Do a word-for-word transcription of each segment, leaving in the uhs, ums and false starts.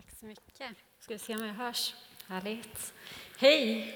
Tack så mycket. Ska vi se om jag hörs. Härligt. Hej!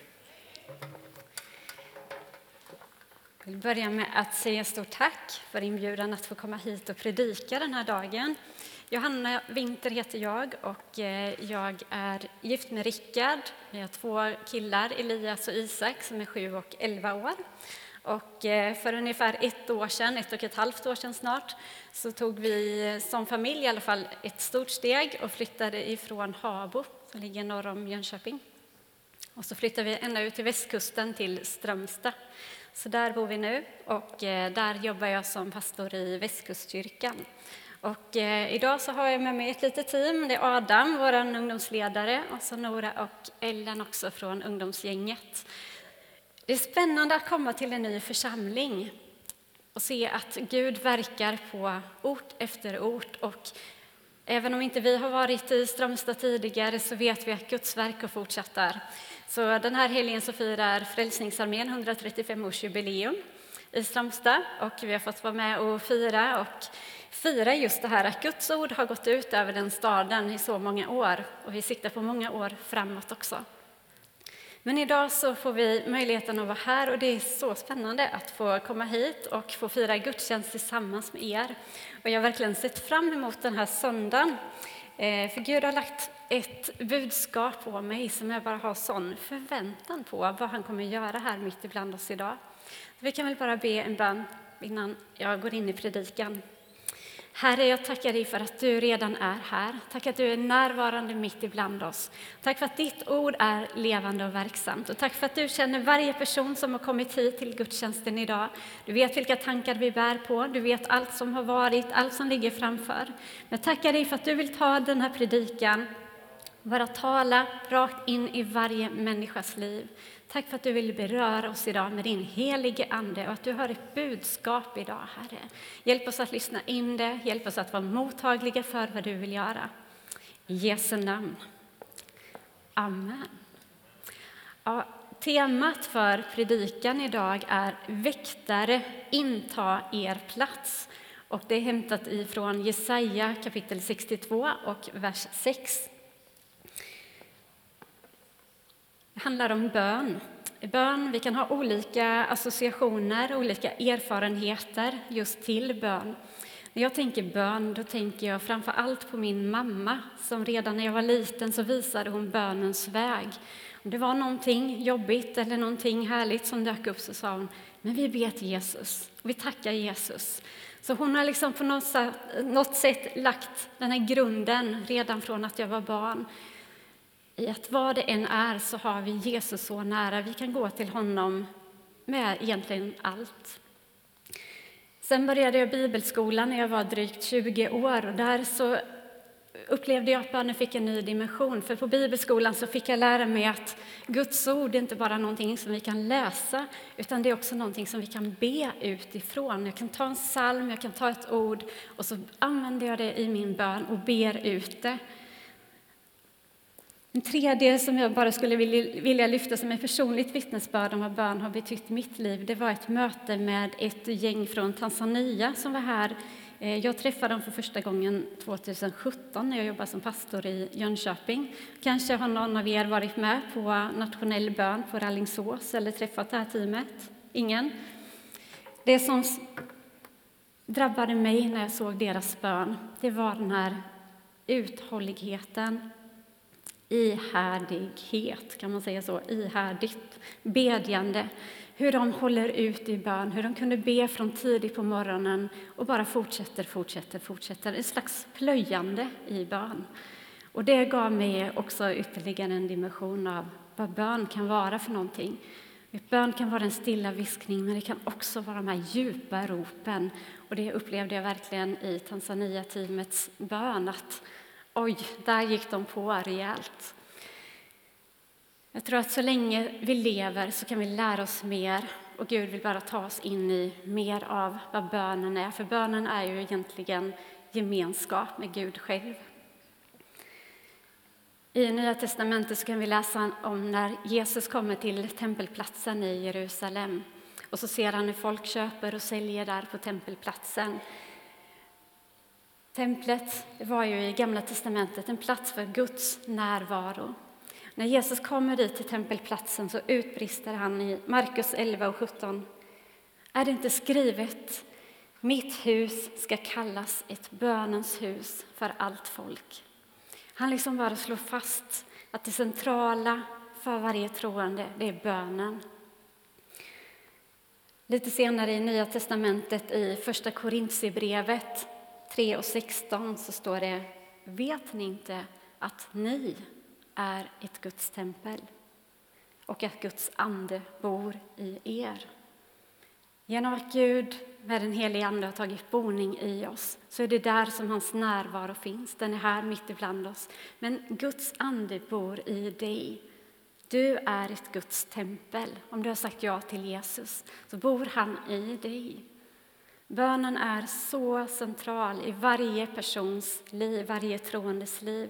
Jag vill börja med att säga stort tack för inbjudan att få komma hit och predika den här dagen. Johanna Winter heter jag och jag är gift med Rickard. Vi har två killar, Elias och Isak, som är sju och elva år. Och för ungefär ett år sedan, ett och ett halvt år sedan snart, så tog vi som familj i alla fall ett stort steg och flyttade ifrån Habo, som ligger norr om Jönköping. Och så flyttade vi ända ut till västkusten till Strömstad. Så där bor vi nu och där jobbar jag som pastor i Västkustkyrkan. Och eh, idag så har jag med mig ett litet team. Det är Adam, vår ungdomsledare, och så Nora och Ellen också från ungdomsgänget. Det är spännande att komma till en ny församling och se att Gud verkar på ort efter ort. Och även om inte vi har varit i Strömstad tidigare så vet vi att Guds verk har fortsatt där. Så den här helgen så firar Frälsningsarmén hundratrettiofem-årsjubileum i Strömstad. Och vi har fått vara med och fira och fira just det här att Guds ord har gått ut över den staden i så många år. Och vi siktar på många år framåt också. Men idag så får vi möjligheten att vara här och det är så spännande att få komma hit och få fira gudstjänst tillsammans med er. Och jag har verkligen sett fram emot den här söndagen. För Gud har lagt ett budskap på mig som jag bara har sån förväntan på vad han kommer göra här mitt ibland oss idag. Vi kan väl bara be en bön innan jag går in i predikan. Herre, jag tackar dig för att du redan är här. Tack att du är närvarande mitt ibland oss. Tack för att ditt ord är levande och verksamt. Och tack för att du känner varje person som har kommit hit till gudstjänsten idag. Du vet vilka tankar vi bär på. Du vet allt som har varit, allt som ligger framför. Men tackar dig för att du vill ta den här predikan. Bara tala rakt in i varje människas liv. Tack för att du vill beröra oss idag med din helige ande och att du har ett budskap idag, Herre. Hjälp oss att lyssna in det, hjälp oss att vara mottagliga för vad du vill göra. I Jesu namn. Amen. Ja, temat för predikan idag är väktare, inta er plats. Och det är hämtat ifrån Jesaja kapitel sextiotvå och vers sex. Det handlar om bön. Bön, vi kan ha olika associationer, olika erfarenheter just till bön. När jag tänker bön, då tänker jag framför allt på min mamma som redan när jag var liten så visade hon bönens väg. Om det var någonting jobbigt eller någonting härligt som dök upp så sa hon, men vi ber till Jesus och vi tackar Jesus. Så hon har liksom på något sätt, något sätt lagt den här grunden redan från att jag var barn. I att vad det än är så har vi Jesus så nära. Vi kan gå till honom med egentligen allt. Sen började jag bibelskolan när jag var drygt tjugo år. Och där så upplevde jag att bönen fick en ny dimension. För på bibelskolan så fick jag lära mig att Guds ord är inte bara någonting som vi kan läsa. Utan det är också någonting som vi kan be utifrån. Jag kan ta en psalm, jag kan ta ett ord. Och så använder jag det i min bön och ber ut det. En tredje som jag bara skulle vilja lyfta som ett personligt vittnesbörd om vad bön har betytt i mitt liv. Det var ett möte med ett gäng från Tanzania som var här. Jag träffade dem för första gången tjugohundrasjutton när jag jobbade som pastor i Jönköping. Kanske har någon av er varit med på nationell bön på Rallingsås eller träffat det här teamet. Ingen? Det som drabbade mig när jag såg deras bön, det var den här uthålligheten. Ihärdighet, kan man säga så, ihärdigt, bedjande, hur de håller ut i bön, hur de kunde be från tidigt på morgonen och bara fortsätter, fortsätter, fortsätter, ett slags plöjande i bön. Och det gav mig också ytterligare en dimension av vad bön kan vara för någonting. Bön kan vara en stilla viskning, men det kan också vara de här djupa ropen. Och det upplevde jag verkligen i Tanzania-teamets bön, att oj, där gick de på rejält. Jag tror att så länge vi lever så kan vi lära oss mer. Och Gud vill bara ta oss in i mer av vad bönen är. För bönen är ju egentligen gemenskap med Gud själv. I Nya testamentet så kan vi läsa om när Jesus kommer till tempelplatsen i Jerusalem. Och så ser han hur folk köper och säljer där på tempelplatsen. Templet var ju i Gamla testamentet en plats för Guds närvaro. När Jesus kommer dit till tempelplatsen så utbrister han i Markus elva och sjutton. Är det inte skrivet, mitt hus ska kallas ett bönens hus för allt folk. Han liksom bara slår fast att det centrala för varje troende, det är bönen. Lite senare i Nya testamentet i första Korintierbrevet tre och sexton så står det, vet ni inte att ni är ett Guds tempel och att Guds ande bor i er? Genom att Gud med den helige ande har tagit boning i oss så är det där som hans närvaro finns. Den är här mitt ibland oss. Men Guds ande bor i dig. Du är ett Guds tempel. Om du har sagt ja till Jesus så bor han i dig. Bönen är så central i varje persons liv, varje troendes liv.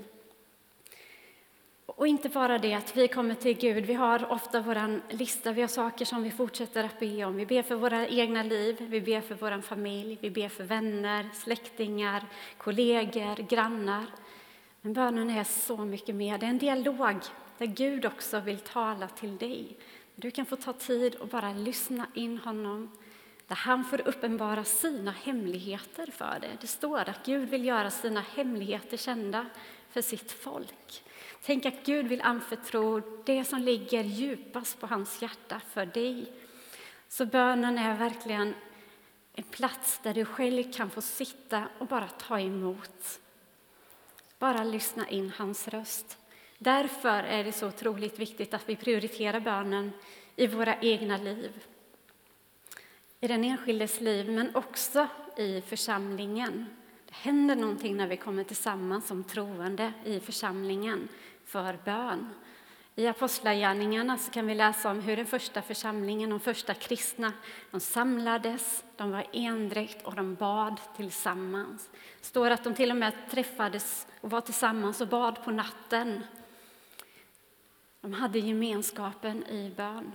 Och inte bara det att vi kommer till Gud, vi har ofta vår lista, vi har saker som vi fortsätter att be om. Vi ber för våra egna liv, vi ber för vår familj, vi ber för vänner, släktingar, kollegor, grannar. Men bönen är så mycket mer, det är en dialog där Gud också vill tala till dig. Du kan få ta tid och bara lyssna in honom. Där han får uppenbara sina hemligheter för det. Det står att Gud vill göra sina hemligheter kända för sitt folk. Tänk att Gud vill anförtro det som ligger djupast på hans hjärta för dig. Så bönen är verkligen en plats där du själv kan få sitta och bara ta emot. Bara lyssna in hans röst. Därför är det så otroligt viktigt att vi prioriterar bönen i våra egna liv. I den enskildes liv, men också i församlingen. Det händer någonting när vi kommer tillsammans som troende i församlingen för bön. I Apostlagärningarna så kan vi läsa om hur den första församlingen, de första kristna, de samlades, de var endräkt och de bad tillsammans. Det står att de till och med träffades och var tillsammans och bad på natten. De hade gemenskapen i bön.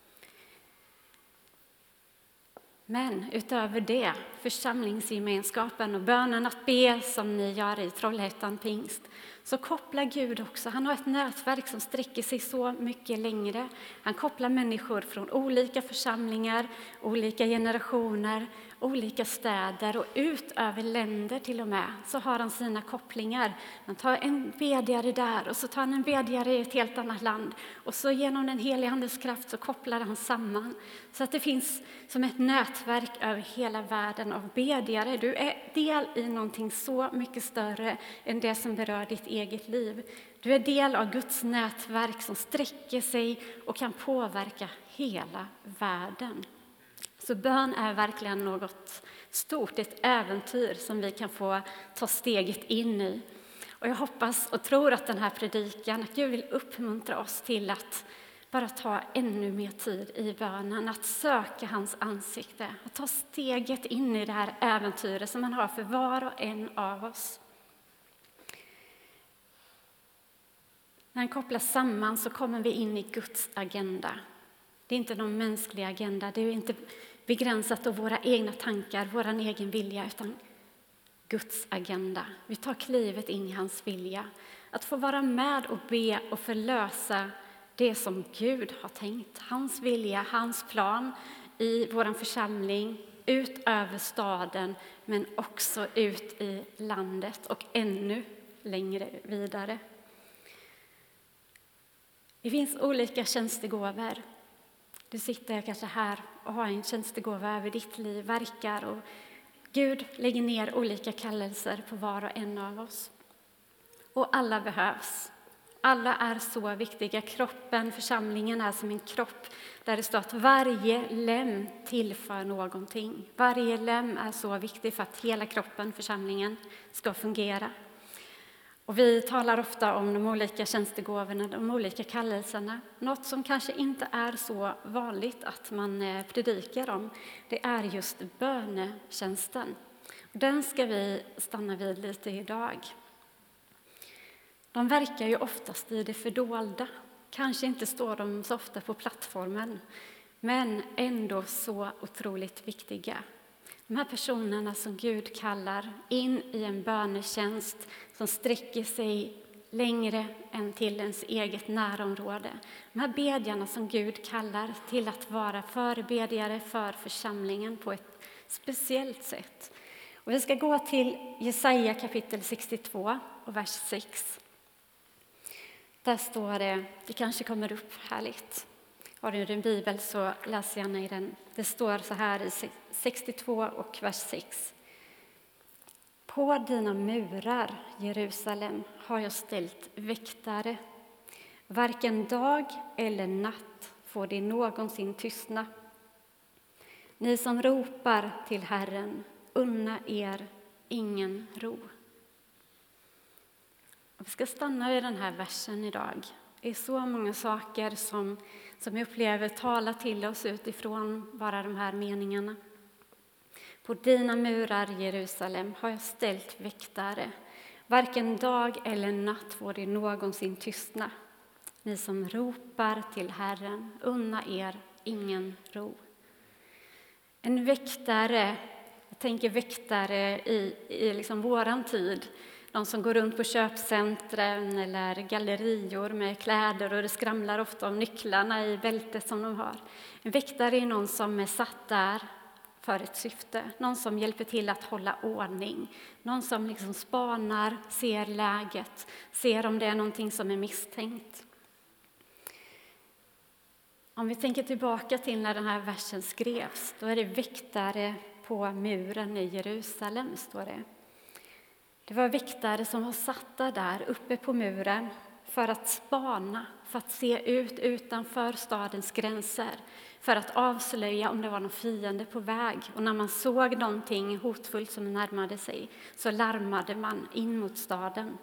Men utöver det, församlingsgemenskapen och bönen att be som ni gör i Trollhättan Pingst, så kopplar Gud också. Han har ett nätverk som sträcker sig så mycket längre. Han kopplar människor från olika församlingar, olika generationer, olika städer och ut över länder till och med. Så har han sina kopplingar. Man tar en bedjare där och så tar han en bedjare i ett helt annat land. Och så genom den heliga andens kraft så kopplar han samman. Så att det finns som ett nätverk över hela världen av bedjare. Du är del i någonting så mycket större än det som berör ditt eget liv. Du är del av Guds nätverk som sträcker sig och kan påverka hela världen. Så bön är verkligen något stort, ett äventyr som vi kan få ta steget in i. Och jag hoppas och tror att den här predikan, att Gud vill uppmuntra oss till att bara ta ännu mer tid i bönen, att söka hans ansikte, att ta steget in i det här äventyret som man har för var och en av oss. När han kopplas samman så kommer vi in i Guds agenda. Det är inte någon mänsklig agenda, det är inte begränsat av våra egna tankar, vår egen vilja, utan Guds agenda. Vi tar klivet in i hans vilja. Att få vara med och be och förlösa det som Gud har tänkt. Hans vilja, hans plan i vår församling, ut över staden, men också ut i landet och ännu längre vidare. Det finns olika tjänstegåvor. Du sitter kanske här och har en tjänstegåva över ditt liv, verkar, och Gud lägger ner olika kallelser på var och en av oss. Och alla behövs. Alla är så viktiga. Kroppen, församlingen är som en kropp där det står att varje lem tillför någonting. Varje lem är så viktig för att hela kroppen, församlingen, ska fungera. Och vi talar ofta om de olika tjänstegåvorna, de olika kallelserna. Något som kanske inte är så vanligt att man predikar om, det är just bönetjänsten. Den ska vi stanna vid lite idag. De verkar ju oftast i det fördolda. Kanske inte står de så ofta på plattformen, men ändå så otroligt viktiga. De här personerna som Gud kallar in i en bönetjänst som sträcker sig längre än till ens eget närområde. De här bedjarna som Gud kallar till att vara förebedjare för församlingen på ett speciellt sätt. Och vi ska gå till Jesaja kapitel sextiotvå och vers sex. Där står det, det kanske kommer upp härligt. Har du en bibel så läs gärna i den. Det står så här i sextiotvå och vers sex. På dina murar, Jerusalem, har jag ställt väktare. Varken dag eller natt får det någonsin tystna. Ni som ropar till Herren, unna er ingen ro. Vi ska stanna vid den här versen idag. Det är så många saker som, som jag upplever talar till oss utifrån bara de här meningarna. På dina murar, Jerusalem, har jag ställt väktare. Varken dag eller natt får det någonsin tystna. Ni som ropar till Herren, unna er ingen ro. En väktare, jag tänker väktare i, i liksom våran tid. De som går runt på köpcentren eller gallerior med kläder och det skramlar ofta om nycklarna i bältet som de har. En väktare är någon som är satt där för ett syfte. Någon som hjälper till att hålla ordning. Någon som liksom spanar, ser läget, ser om det är någonting som är misstänkt. Om vi tänker tillbaka till när den här versen skrevs, då är det väktare på muren i Jerusalem, står det. Det var väktare som var satta där uppe på muren för att spana, för att se ut utanför stadens gränser, för att avslöja om det var någon fiende på väg. Och när man såg någonting hotfullt som närmade sig så larmade man in mot staden.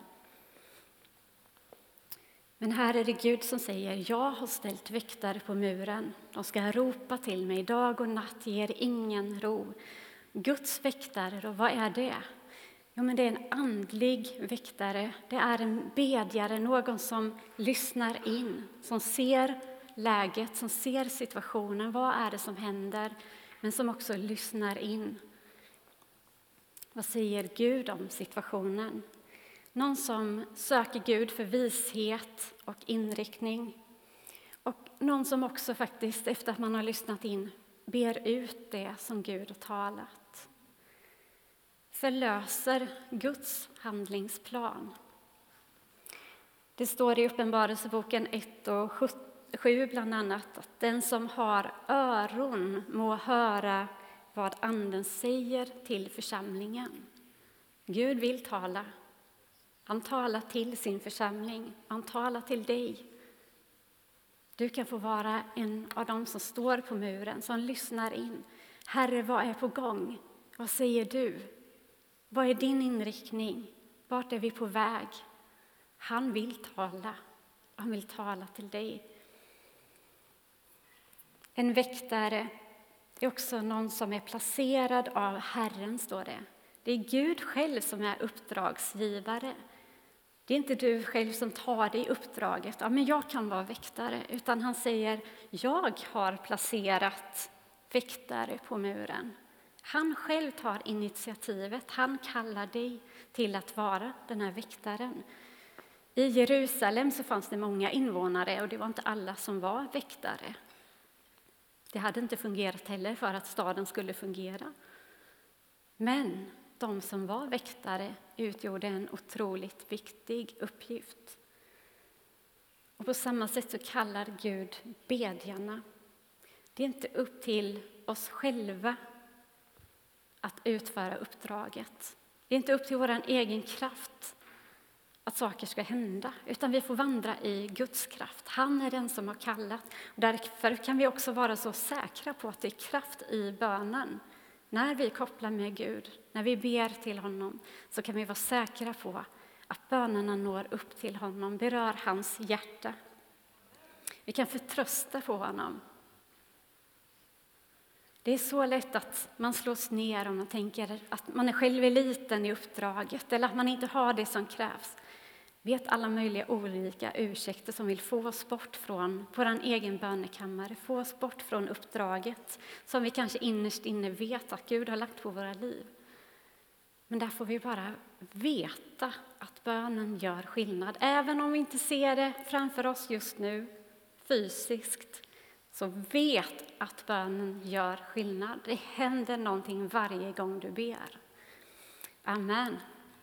Men här är det Gud som säger, jag har ställt väktare på muren. De ska ropa till mig, dag och natt ger ingen ro. Guds väktare, och vad är det? Jo, men det är en andlig väktare. Det är en bedjare, någon som lyssnar in, som ser läget, som ser situationen. Vad är det som händer? Men som också lyssnar in. Vad säger Gud om situationen? Någon som söker Gud för vishet och inriktning. Och någon som också faktiskt, efter att man har lyssnat in, ber ut det som Gud har talat. Förlöser Guds handlingsplan. Det står i Uppenbarelseboken ett och sju bland annat att den som har öron må höra vad anden säger till församlingen. Gud vill tala. Han talar till sin församling. Han talar till dig. Du kan få vara en av dem som står på muren, som lyssnar in. Herre, vad är på gång? Vad säger du? Vad är din inriktning? Vart är vi på väg? Han vill tala. Han vill tala till dig. En väktare är också någon som är placerad av Herren, står det. Det är Gud själv som är uppdragsgivare. Det är inte du själv som tar dig uppdraget. Ja, men jag kan vara väktare. Utan han säger, jag har placerat väktare på muren. Han själv tar initiativet. Han kallar dig till att vara den här väktaren. I Jerusalem så fanns det många invånare och det var inte alla som var väktare. Det hade inte fungerat heller för att staden skulle fungera. Men de som var väktare utgjorde en otroligt viktig uppgift. Och på samma sätt så kallar Gud bedjarna. Det är inte upp till oss själva att utföra uppdraget. Det är inte upp till vår egen kraft att saker ska hända, utan vi får vandra i Guds kraft. Han är den som har kallat. Och därför kan vi också vara så säkra på att det är kraft i bönen. När vi kopplar med Gud, när vi ber till honom, så kan vi vara säkra på att bönerna når upp till honom, berör hans hjärta. Vi kan förtrösta på honom. Det är så lätt att man slås ner om man tänker att man är själv liten i uppdraget eller att man inte har det som krävs. vet alla möjliga olika ursäkter som vill få oss bort från vår egen bönekammare, få oss bort från uppdraget som vi kanske innerst inne vet att Gud har lagt på våra liv. Men där får vi bara veta att bönen gör skillnad. Även om vi inte ser det framför oss just nu fysiskt, så vet att bönen gör skillnad. Det händer någonting varje gång du ber. Amen.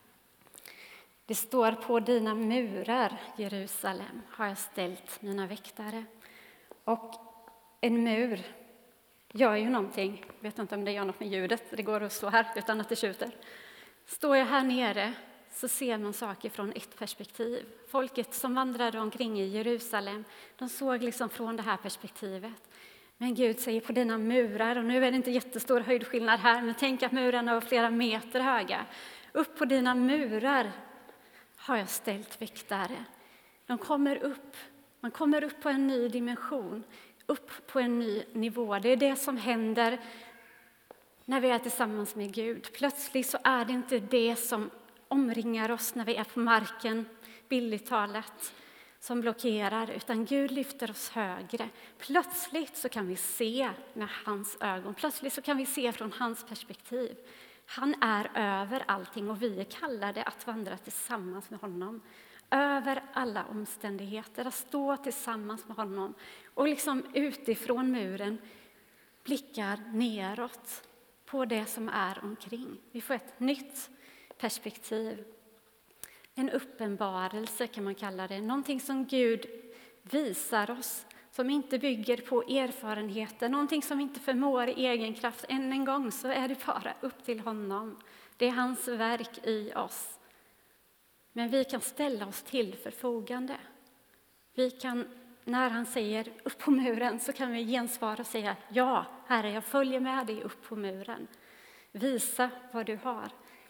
Det står: på dina murar, Jerusalem, har jag ställt mina väktare. Och en mur gör ju någonting. Jag vet inte om det gör något med ljudet. Det går att stå här utan att det tjuter. Står jag här nere så ser man saker från ett perspektiv. Folket som vandrade omkring i Jerusalem, de såg liksom från det här perspektivet. Men Gud säger på dina murar, och nu är det inte jättestor höjdskillnad här, men tänk att murarna var flera meter höga. Upp på dina murar har jag ställt väktare. De kommer upp, man kommer upp på en ny dimension, upp på en ny nivå. Det är det som händer när vi är tillsammans med Gud. Plötsligt så är det inte det som omringar oss när vi är på marken, bildligt talat, som blockerar, utan Gud lyfter oss högre. Plötsligt så kan vi se med hans ögon, plötsligt så kan vi se från hans perspektiv. Han är över allting och vi är kallade att vandra tillsammans med honom. Över alla omständigheter, att stå tillsammans med honom. Och liksom utifrån muren blickar neråt på det som är omkring. Vi får ett nytt perspektiv. En uppenbarelse kan man kalla det. Någonting som Gud visar oss, som inte bygger på erfarenheter. Någonting som inte förmår i egen kraft. Än en gång så är det bara upp till honom. Det är hans verk i oss. Men vi kan ställa oss till förfogande. Vi kan, när han säger upp på muren, så kan vi gensvara och säga: ja, Herre, jag följer med dig upp på muren. Visa vad du har.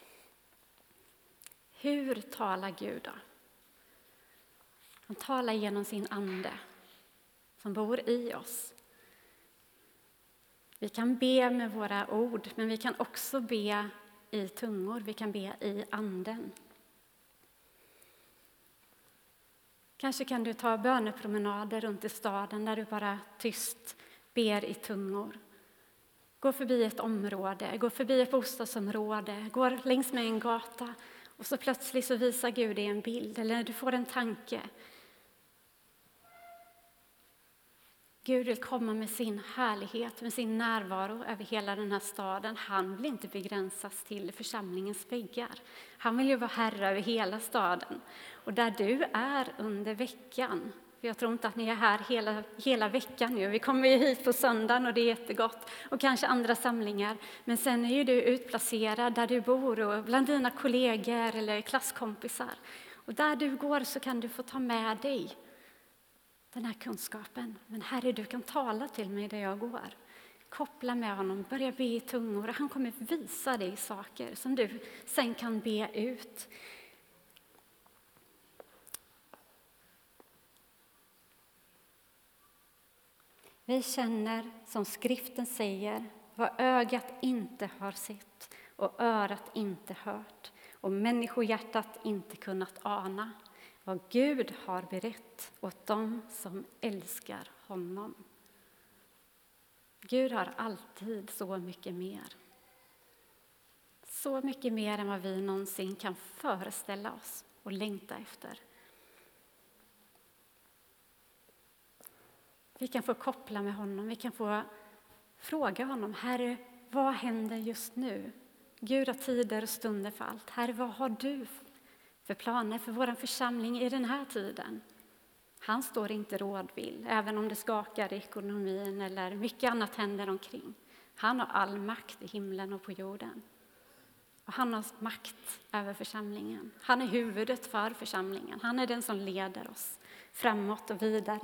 Hur talar Gud då? Han talar genom sin ande som bor i oss. Vi kan be med våra ord, men vi kan också be i tungor. Vi kan be i anden. Kanske kan du ta bönepromenader runt i staden där du bara tyst ber i tungor. Gå förbi ett område, gå förbi ett bostadsområde, går längs med en gata och så plötsligt så visar Gud dig en bild eller du får en tanke. Gud vill komma med sin härlighet, med sin närvaro över hela den här staden. Han vill inte begränsas till församlingens väggar. Han vill ju vara herre över hela staden. Och där du är under veckan, för jag tror inte att ni är här hela, hela veckan nu. Vi kommer ju hit på söndagen och det är jättegott. Och kanske andra samlingar. Men sen är ju du utplacerad där du bor och bland dina kollegor eller klasskompisar. Och där du går så kan du få ta med dig den här kunskapen. Men Herre, du kan tala till mig där jag går. Koppla med honom, börja be i tungor. Och han kommer visa dig saker som du sen kan be ut. Vi känner, som skriften säger, vad ögat inte har sett och örat inte hört och människohjärtat inte kunnat ana. Vad Gud har berett åt dem som älskar honom. Gud har alltid så mycket mer. Så mycket mer än vad vi någonsin kan föreställa oss och längta efter. Vi kan få koppla med honom, vi kan få fråga honom: Herre, vad händer just nu? Gud har tider och stunder för allt. Herre, vad har du för planer för vår församling i den här tiden? Han står inte rådvill, även om det skakar i ekonomin eller mycket annat händer omkring. Han har all makt i himlen och på jorden. Och han har makt över församlingen. Han är huvudet för församlingen. Han är den som leder oss framåt och vidare.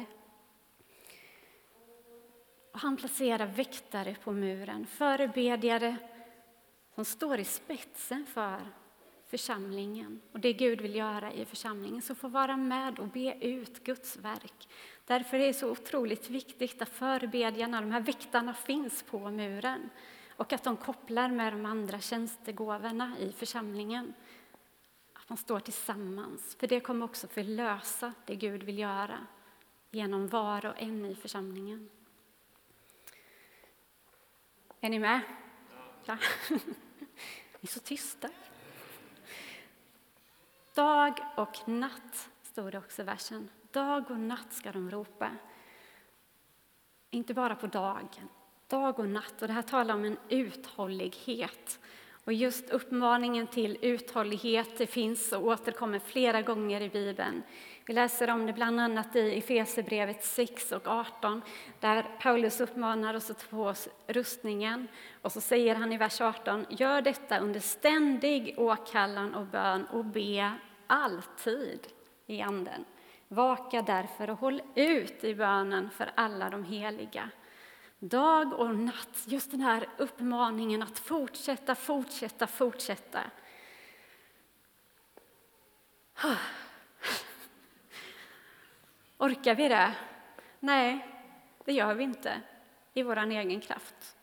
Och han placerar väktare på muren, förebedjare som står i spetsen för församlingen och det Gud vill göra i församlingen, så får vara med och be ut Guds verk. Därför är det så otroligt viktigt att förebedjarna, de här väktarna, finns på muren och att de kopplar med de andra tjänstegåvorna i församlingen. De står tillsammans, för det kommer också förlösa det Gud vill göra genom var och en i församlingen. Är ni med? Ja. Ni är så tysta. Dag och natt står det också i versen. Dag och natt ska de ropa. Inte bara på dagen. Dag och natt. Och det här talar om en uthållighet. Och just uppmaningen till uthållighet, det finns och återkommer flera gånger i Bibeln. Vi läser om det bland annat i Efesierbrevet sex och arton, där Paulus uppmanar oss att få oss rustningen. Och så säger han i vers arton, gör detta under ständig åkallan och bön och be alltid i anden. Vaka därför och håll ut i bönen för alla de heliga. Dag och natt, just den här uppmaningen att fortsätta, fortsätta, fortsätta. Orkar vi det? Nej, det gör vi inte i vår egen kraft.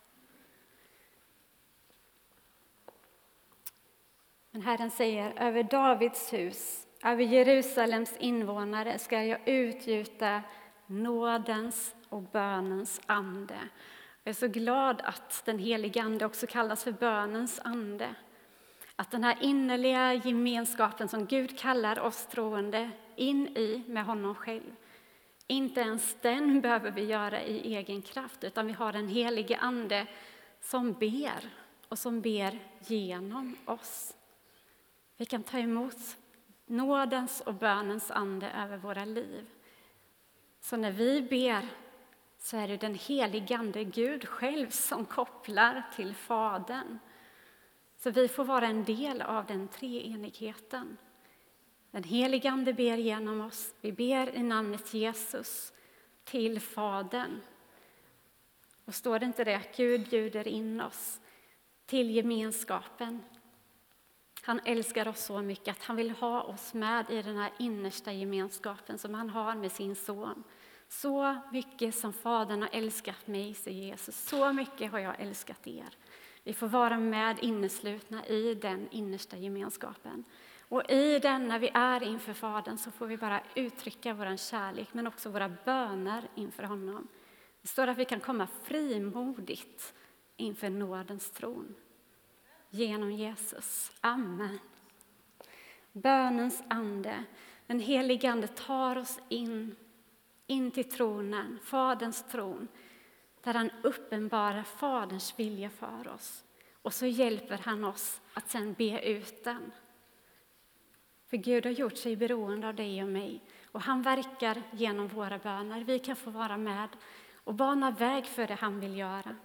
Men Herren säger, över Davids hus, över Jerusalems invånare ska jag utgjuta nådens och bönens ande. Jag är så glad att den heliga ande också kallas för bönens ande. Att den här innerliga gemenskapen som Gud kallar oss troende in i med honom själv. Inte ens den behöver vi göra i egen kraft, utan vi har en helig ande som ber och som ber genom oss. Vi kan ta emot nådens och bönens ande över våra liv. Så när vi ber så är det den helige ande, Gud själv, som kopplar till Fadern. Så vi får vara en del av den treenigheten. Den helige ande ber genom oss. Vi ber i namnet Jesus till Fadern. Och står det inte det att Gud bjuder in oss till gemenskapen? Han älskar oss så mycket att han vill ha oss med i den här innersta gemenskapen som han har med sin son. Så mycket som Fadern har älskat mig, säger Jesus, så mycket har jag älskat er. Vi får vara med inneslutna i den innersta gemenskapen. Och i den, när vi är inför Fadern, så får vi bara uttrycka vår kärlek, men också våra böner inför honom. Det står att vi kan komma frimodigt inför nådens tron. Genom Jesus. Amen. Bönens ande. Den helige ande tar oss in, in till tronen, Faderns tron. Där han uppenbarar Faderns vilja för oss. Och så hjälper han oss att sedan be ut den. För Gud har gjort sig beroende av dig och mig. Och han verkar genom våra böner. Vi kan få vara med och bana väg för det han vill göra.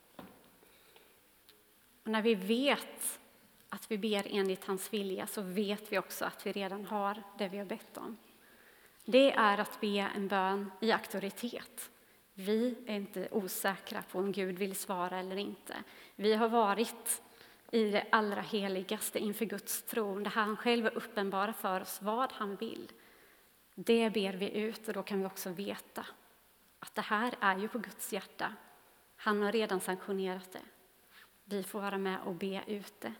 Och när vi vet att vi ber enligt hans vilja, så vet vi också att vi redan har det vi har bett om. Det är att be en bön i auktoritet. Vi är inte osäkra på om Gud vill svara eller inte. Vi har varit i det allra heligaste inför Guds tron, där han själv uppenbarar för oss vad han vill. Det ber vi ut, och då kan vi också veta att det här är ju på Guds hjärta. Han har redan sanktionerat det. Vi får vara med och be ut det.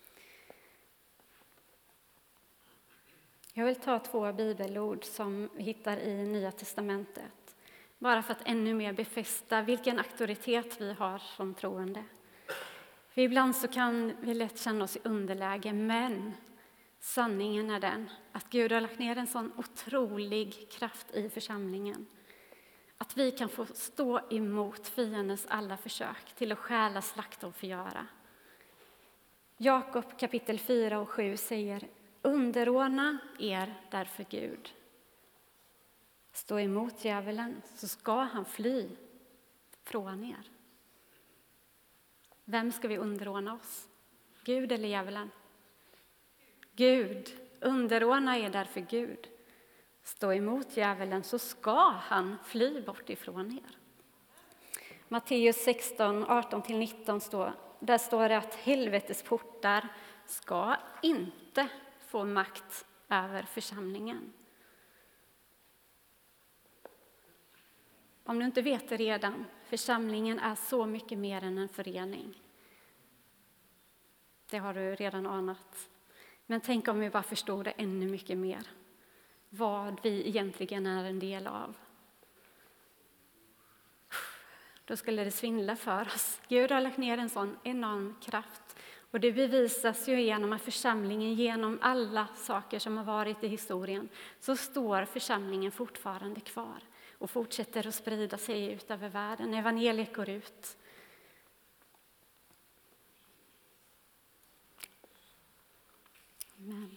Jag vill ta två bibelord som vi hittar i Nya testamentet. Bara för att ännu mer befästa vilken auktoritet vi har som troende. För ibland så kan vi lätt känna oss i underläge, men sanningen är den att Gud har lagt ner en sån otrolig kraft i församlingen. Att vi kan få stå emot fiendens alla försök till att stjäla, slakta och förgöra. Jakob kapitel fyra och sju säger: underordna er därför Gud. Stå emot djävulen, så ska han fly från er. Vem ska vi underordna oss? Gud eller djävulen? Gud. Underordna er därför Gud. Stå emot djävulen, så ska han fly bort ifrån er. Matteus sexton, arton till nitton står, där står det att helvetets portar ska inte få makt över församlingen. Om du inte vet det redan, församlingen är så mycket mer än en förening. Det har du redan anat. Men tänk om vi bara förstod det ännu mycket mer. Vad vi egentligen är en del av. Då skulle det svindla för oss. Gud har lagt ner en sån enorm kraft. Och det bevisas ju genom att församlingen, genom alla saker som har varit i historien, så står församlingen fortfarande kvar och fortsätter att sprida sig ut över världen. Evangeliet går ut. Amen.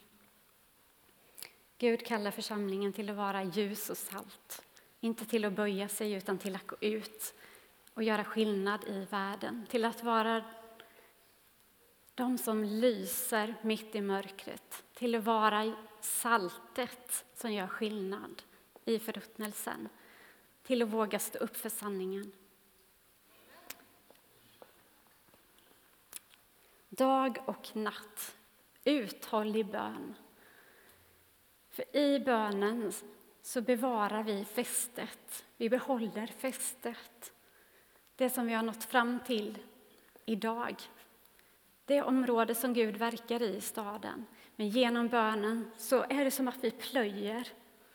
Gud kallar församlingen till att vara ljus och salt. Inte till att böja sig utan till att gå ut och göra skillnad i världen. Till att vara de som lyser mitt i mörkret. Till att vara saltet som gör skillnad i förruttnelsen. Till att våga stå upp för sanningen. Dag och natt. Uthållig bön. För i bönen så bevarar vi fästet. Vi behåller fästet. Det som vi har nått fram till idag. Det område som Gud verkar i staden. Men genom bönen så är det som att vi plöjer.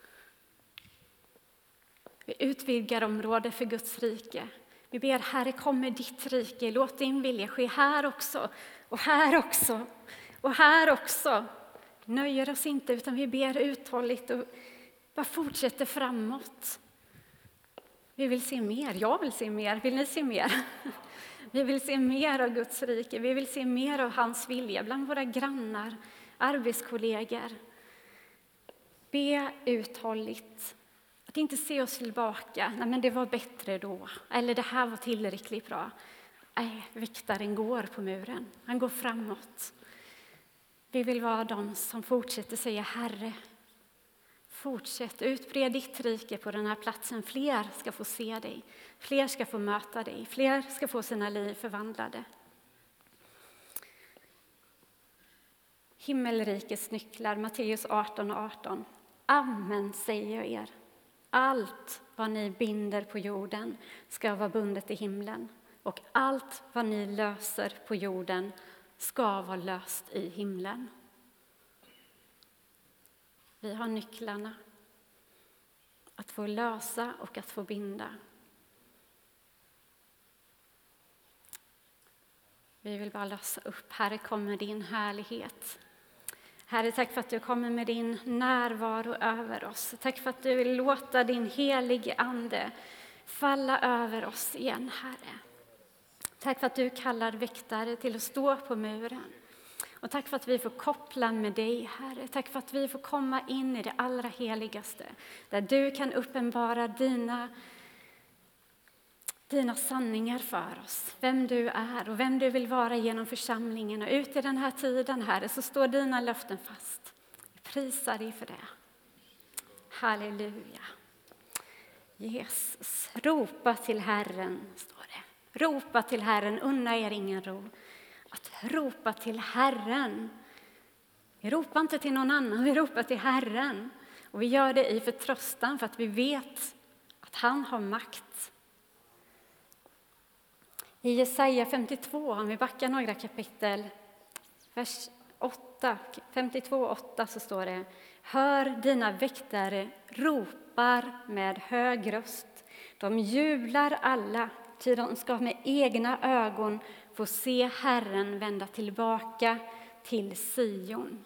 Vi utvidgar området för Guds rike. Vi ber, Herre, kommer ditt rike. Låt din vilja ske här också. Och här också. Och här också. Nöjer oss inte utan vi ber uthålligt och bara fortsätter framåt. Vi vill se mer. Jag vill se mer. Vill ni se mer? Vi vill se mer av Guds rike. Vi vill se mer av hans vilja bland våra grannar, arbetskollegor. Be uthålligt. Att inte se oss tillbaka. Nej, men det var bättre då. Eller det här var tillräckligt bra. Nej, väktaren går på muren. Han går framåt. Vi vill vara de som fortsätter säga, Herre, fortsätt utbreda ditt rike på den här platsen. Fler ska få se dig. Fler ska få möta dig. Fler ska få sina liv förvandlade. Himmelrikets nycklar, Matteus arton och arton. Amen, säger jag er. Allt vad ni binder på jorden ska vara bundet i himlen. Och allt vad ni löser på jorden ska vara löst i himlen. Vi har nycklarna att få lösa och att få binda. Vi vill bara lösa upp. Herre, kommer din härlighet. Herre, tack för att du kommer med din närvaro över oss. Tack för att du vill låta din helige ande falla över oss igen, Herre. Tack för att du kallar väktare till att stå på muren. Och tack för att vi får koppla med dig, Herre. Tack för att vi får komma in i det allra heligaste. Där du kan uppenbara dina, dina sanningar för oss. Vem du är och vem du vill vara genom församlingen. Och ut i den här tiden, Herre, så står dina löften fast. Vi prisar dig för det. Halleluja. Jesus, ropa till Herren, står det. Ropa till Herren, unna er ingen ro. Att ropa till Herren. Vi ropar inte till någon annan, vi ropar till Herren. Och vi gör det i förtröstan för att vi vet att han har makt. I Jesaja femtiotvå, om vi backar några kapitel, vers åtta, femtiotvå åtta så står det: hör, dina väktare ropar med hög röst. De jublar alla, ty de ska med egna ögon få se Herren vända tillbaka till Sion.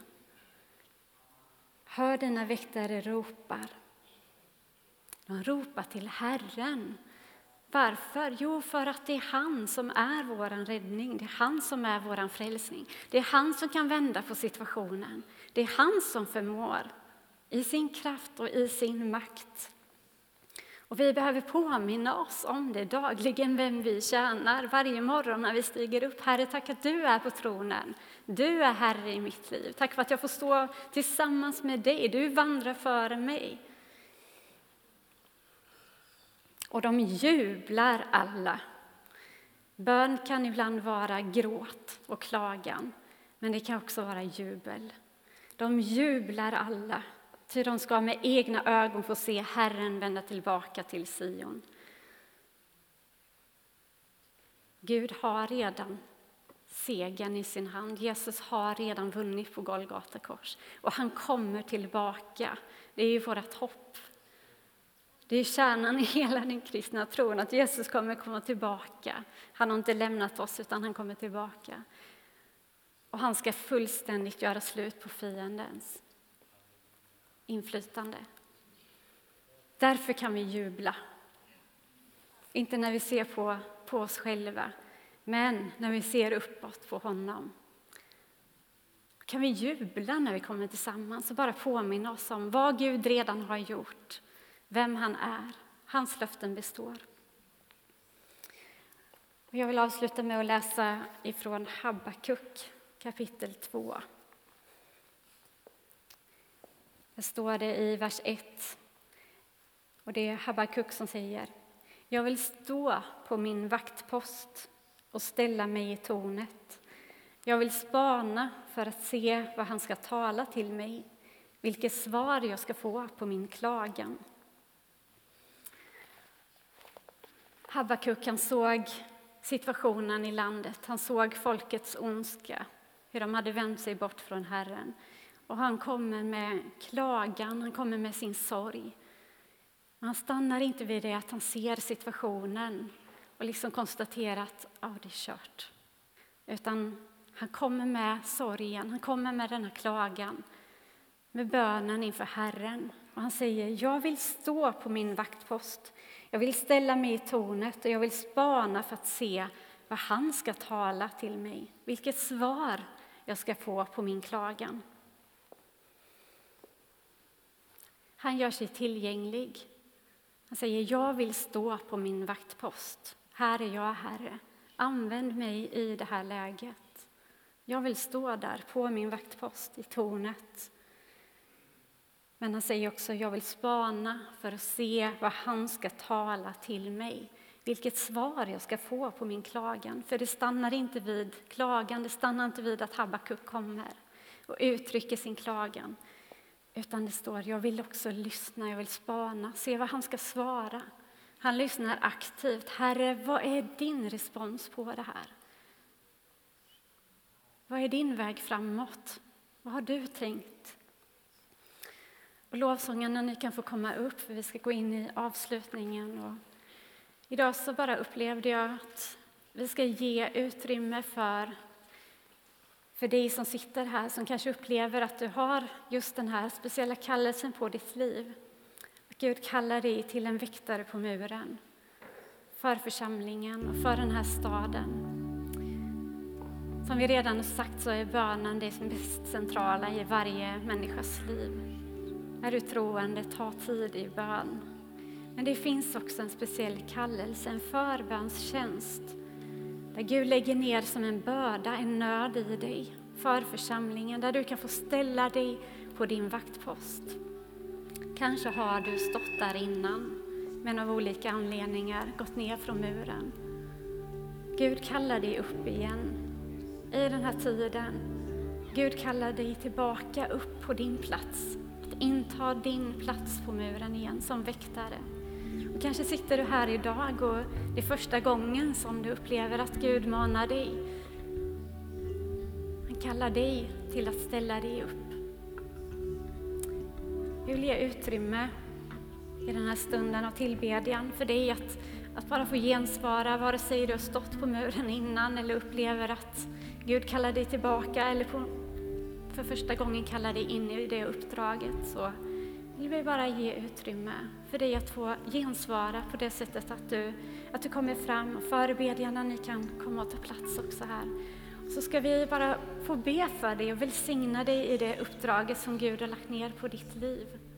Hör, dina väktare ropar. De ropar till Herren. Varför? Jo, för att det är han som är vår räddning. Det är han som är vår frälsning. Det är han som kan vända på situationen. Det är han som förmår i sin kraft och i sin makt. Och vi behöver påminna oss om det dagligen, vem vi tjänar. Varje morgon när vi stiger upp. Herre, tack att du är på tronen. Du är Herre i mitt liv. Tack för att jag får stå tillsammans med dig. Du vandrar före mig. Och de jublar alla. Bön kan ibland vara gråt och klagan. Men det kan också vara jubel. De jublar alla. Ty de ska med egna ögon få se Herren vända tillbaka till Sion. Gud har redan segern i sin hand. Jesus har redan vunnit på Golgata kors. Och han kommer tillbaka. Det är ju vårt hopp. Det är kärnan i hela den kristna tron, att Jesus kommer komma tillbaka. Han har inte lämnat oss, utan han kommer tillbaka. Och han ska fullständigt göra slut på fiendens inflytande. Därför kan vi jubla. Inte när vi ser på, på oss själva, men när vi ser uppåt på honom. Kan vi jubla när vi kommer tillsammans och bara påminna oss om vad Gud redan har gjort. Vem han är. Hans löften består. Och jag vill avsluta med att läsa ifrån Habakuk kapitel två. Det står det i vers ett. Och det är Habakuk som säger: Jag vill stå på min vaktpost och ställa mig i tornet. Jag vill spana för att se vad han ska tala till mig, vilket svar jag ska få på min klagan. Habakuk, han såg situationen i landet. Han såg folkets ondska, hur de hade vänt sig bort från Herren. Och han kommer med klagan, han kommer med sin sorg. Men han stannar inte vid det att han ser situationen och liksom konstaterar att ja, det är kört. Utan han kommer med sorgen, han kommer med denna klagan, med bönen inför Herren. Och han säger: jag vill stå på min vaktpost. Jag vill ställa mig i tornet och jag vill spana för att se vad han ska tala till mig. Vilket svar jag ska få på min klagan. Han gör sig tillgänglig. Han säger: jag vill stå på min vaktpost. Här är jag, Herre. Använd mig i det här läget. Jag vill stå där på min vaktpost i tornet. Men han säger också: jag vill spana för att se vad han ska tala till mig. Vilket svar jag ska få på min klagan. För det stannar inte vid klagan, det stannar inte vid att Habakuk kommer och uttrycker sin klagan. Utan det står: jag vill också lyssna, jag vill spana, se vad han ska svara. Han lyssnar aktivt. Herre, vad är din respons på det här? Vad är din väg framåt? Vad har du tänkt? Och lovsångarna, ni kan få komma upp, för vi ska gå in i avslutningen. Och idag så bara upplevde jag att vi ska ge utrymme för, för dig som sitter här, som kanske upplever att du har just den här speciella kallelsen på ditt liv. Att Gud kallar dig till en väktare på muren, för församlingen och för den här staden. Som vi redan har sagt så är bönen det som är mest centrala i varje människas liv. Är du troende, ta tid i bön. Men det finns också en speciell kallelse, en förbönstjänst. Där Gud lägger ner som en börda, en nöd i dig för församlingen. Där du kan få ställa dig på din vaktpost. Kanske har du stått där innan, men av olika anledningar gått ner från muren. Gud kallar dig upp igen i den här tiden. Gud kallar dig tillbaka upp på din plats. Att inta din plats på muren igen som väktare. Och kanske sitter du här idag och det är första gången som du upplever att Gud manar dig. Han kallar dig till att ställa dig upp. Jag vill ge utrymme i den här stunden av tillbedjan för dig att, att bara få gensvara, vare sig du har stått på muren innan eller upplever att Gud kallar dig tillbaka eller på, för första gången kallar dig in i det uppdraget, så vill vi bara ge utrymme för dig att få gensvara på det sättet att du, att du kommer fram, och förebedjarna, ni kan komma och ta plats också här. Så ska vi bara få be för dig och välsigna dig i det uppdraget som Gud har lagt ner på ditt liv.